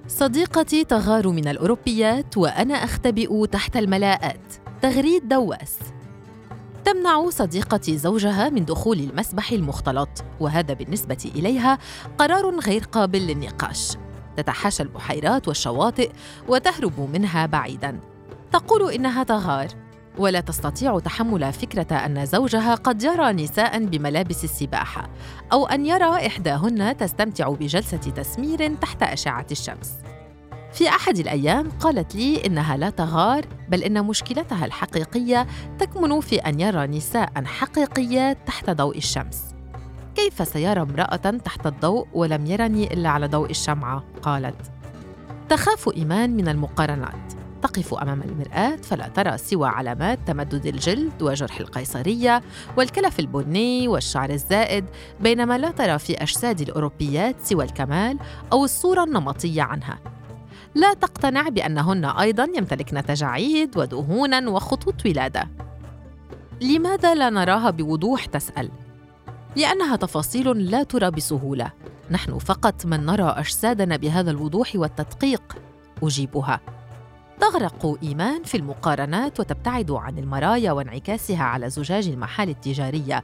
صديقتي تغار من الأوروبيات وأنا أختبئ تحت الملاءات. تغريد دواس. تمنع صديقتي زوجها من دخول المسبح المختلط، وهذا بالنسبة إليها قرار غير قابل للنقاش. تتحاشى البحيرات والشواطئ وتهرب منها بعيداً. تقول إنها تغار ولا تستطيع تحمل فكرة أن زوجها قد يرى نساء بملابس السباحة، أو أن يرى إحداهن تستمتع بجلسة تسمير تحت أشعة الشمس. في أحد الأيام قالت لي إنها لا تغار، بل إن مشكلتها الحقيقية تكمن في أن يرى نساء حقيقيات تحت ضوء الشمس. كيف سيرى امرأة تحت الضوء ولم يرني إلا على ضوء الشمعة؟ قالت. تخاف إيمان من المقارنات. تقف أمام المرآة فلا ترى سوى علامات تمدد الجلد وجرح القيصرية والكلف البني والشعر الزائد، بينما لا ترى في أجساد الأوروبيات سوى الكمال أو الصورة النمطية عنها. لا تقتنع بأنهن أيضاً يمتلكن تجاعيد ودهوناً وخطوط ولادة. لماذا لا نراها بوضوح؟ تسأل. لأنها تفاصيل لا ترى بسهولة. نحن فقط من نرى أجسادنا بهذا الوضوح والتدقيق. أجيبها. تغرق إيمان في المقارنات وتبتعد عن المرايا وانعكاسها على زجاج المحال التجارية.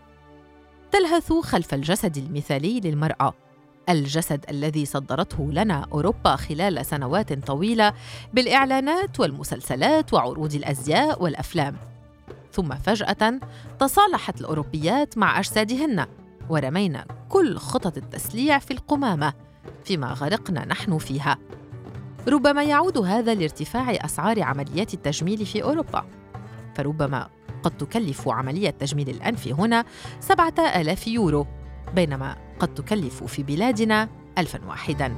تلهث خلف الجسد المثالي للمرأة، الجسد الذي صدرته لنا أوروبا خلال سنوات طويلة بالإعلانات والمسلسلات وعروض الأزياء والأفلام. ثم فجأة تصالحت الأوروبيات مع أجسادهن، ورمينا كل خطط التسليع في القمامة، فيما غرقنا نحن فيها. ربما يعود هذا لارتفاع أسعار عمليات التجميل في أوروبا، فربما قد تكلف عملية تجميل الأنف هنا 7,000 يورو، بينما قد تكلف في بلادنا 1,000 واحداً.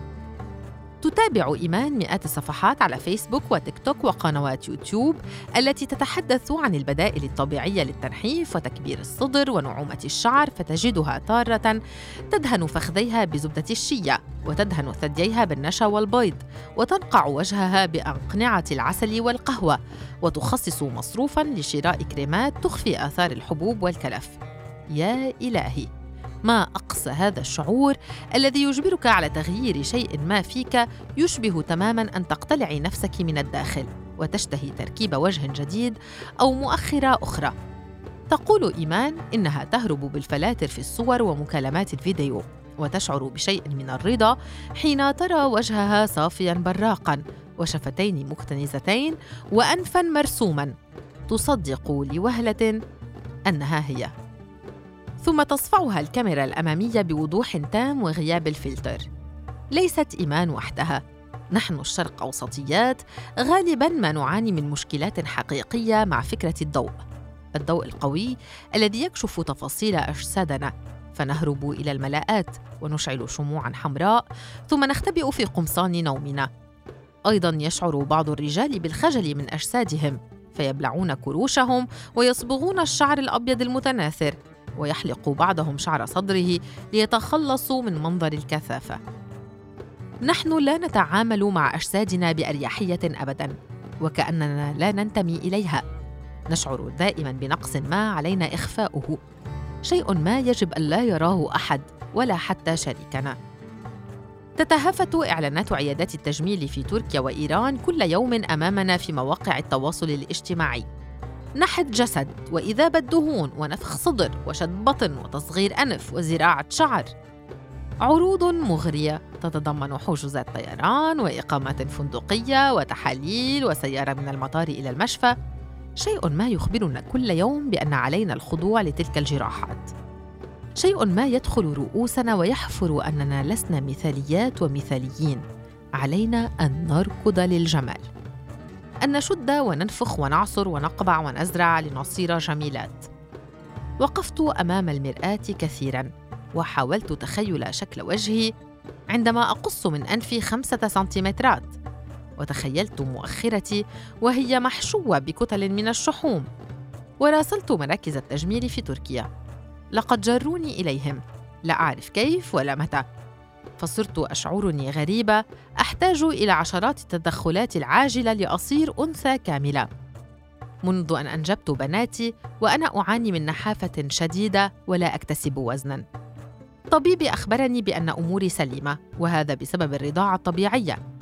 تتابع إيمان مئات الصفحات على فيسبوك وتيك توك وقنوات يوتيوب التي تتحدث عن البدائل الطبيعية للتنحيف وتكبير الصدر ونعومة الشعر، فتجدها تارة تدهن فخذيها بزبدة الشيا، وتدهن ثدييها بالنشا والبيض، وتنقع وجهها بأقنعة العسل والقهوة، وتخصص مصروفاً لشراء كريمات تخفي آثار الحبوب والكلف. يا إلهي، ما أقصى هذا الشعور الذي يجبرك على تغيير شيء ما فيك، يشبه تماماً أن تقتلعي نفسك من الداخل وتشتهي تركيب وجه جديد أو مؤخرة أخرى. تقول إيمان إنها تهرب بالفلاتر في الصور ومكالمات الفيديو، وتشعر بشيء من الرضا حين ترى وجهها صافياً براقاً وشفتين مكتنزتين وأنفاً مرسوماً. تصدق لوهلة أنها هي. ثم تصفعها الكاميرا الأمامية بوضوح تام وغياب الفلتر. ليست إيمان وحدها. نحن الشرق أوسطيات غالباً ما نعاني من مشكلات حقيقية مع فكرة الضوء القوي الذي يكشف تفاصيل أجسادنا، فنهرب إلى الملاءات ونشعل شموعاً حمراء ثم نختبئ في قمصان نومنا. أيضاً يشعر بعض الرجال بالخجل من أجسادهم، فيبلعون كروشهم ويصبغون الشعر الأبيض المتناثر، ويحلق بعضهم شعر صدره ليتخلصوا من منظر الكثافة. نحن لا نتعامل مع أجسادنا بأريحية أبداً، وكأننا لا ننتمي إليها. نشعر دائماً بنقص ما علينا إخفاؤه، شيء ما يجب أن لا يراه أحد ولا حتى شريكنا. تتهافت إعلانات عيادات التجميل في تركيا وإيران كل يوم أمامنا في مواقع التواصل الاجتماعي. نحت جسد وإذابة دهون ونفخ صدر وشد بطن وتصغير أنف وزراعة شعر. عروض مغرية تتضمن حجوزات طيران وإقامات فندقية وتحاليل وسيارة من المطار إلى المشفى، شيء ما يخبرنا كل يوم بأن علينا الخضوع لتلك الجراحات. شيء ما يدخل رؤوسنا ويحفر أننا لسنا مثاليات ومثاليين. علينا أن نركض للجمال، أن نشد وننفخ ونعصر ونقبع ونزرع لنصير جميلات. وقفت أمام المرآة كثيراً وحاولت تخيل شكل وجهي عندما أقص من أنفي 5 سنتيمترات، وتخيلت مؤخرتي وهي محشوة بكتل من الشحوم. وراسلت مراكز التجميل في تركيا، لقد جروني إليهم، لا أعرف كيف ولا متى، فصرت أشعرني غريبة أحتاج إلى عشرات التدخلات العاجلة لأصير أنثى كاملة. منذ أن أنجبت بناتي وأنا أعاني من نحافة شديدة ولا أكتسب وزناً. طبيبي أخبرني بأن أموري سليمة، وهذا بسبب الرضاعة الطبيعية،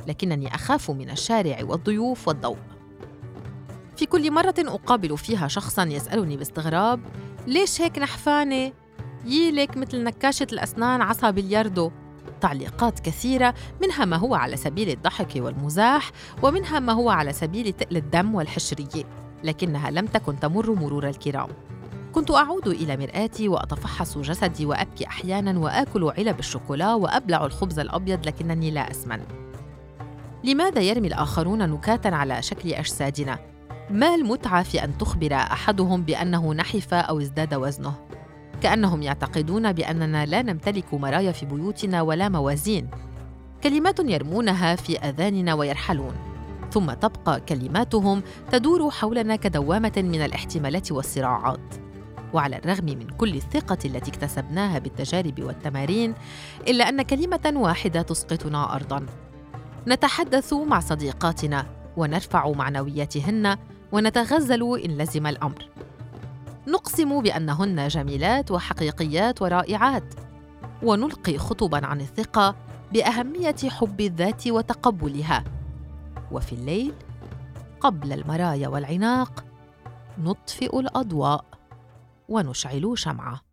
لكنني أخاف من الشارع والضيوف والضوء. في كل مرة أقابل فيها شخصاً يسألني باستغراب: ليش هيك نحفانة؟ ييلك مثل نكاشة الأسنان عصا بلياردو. تعليقات كثيرة، منها ما هو على سبيل الضحك والمزاح، ومنها ما هو على سبيل تقل الدم والحشرية، لكنها لم تكن تمر مرور الكرام. كنت أعود إلى مرآتي وأتفحص جسدي وأبكي أحياناً، وآكل علب الشوكولا وأبلع الخبز الأبيض لكنني لا أسمن. لماذا يرمي الآخرون نكاتاً على شكل أجسادنا؟ ما المتعة في أن تخبر أحدهم بأنه نحف أو ازداد وزنه؟ كأنهم يعتقدون بأننا لا نمتلك مرايا في بيوتنا ولا موازين. كلمات يرمونها في آذاننا ويرحلون، ثم تبقى كلماتهم تدور حولنا كدوامة من الاحتمالات والصراعات. وعلى الرغم من كل الثقة التي اكتسبناها بالتجارب والتمارين، إلا أن كلمة واحدة تسقطنا أرضاً. نتحدث مع صديقاتنا ونرفع معنوياتهن ونتغزل إن لزم الأمر. نقسم بأنهن جميلات وحقيقيات ورائعات، ونلقي خطباً عن الثقة بأهمية حب الذات وتقبلها. وفي الليل قبل المرايا والعناق نطفئ الأضواء ونشعل شمعة.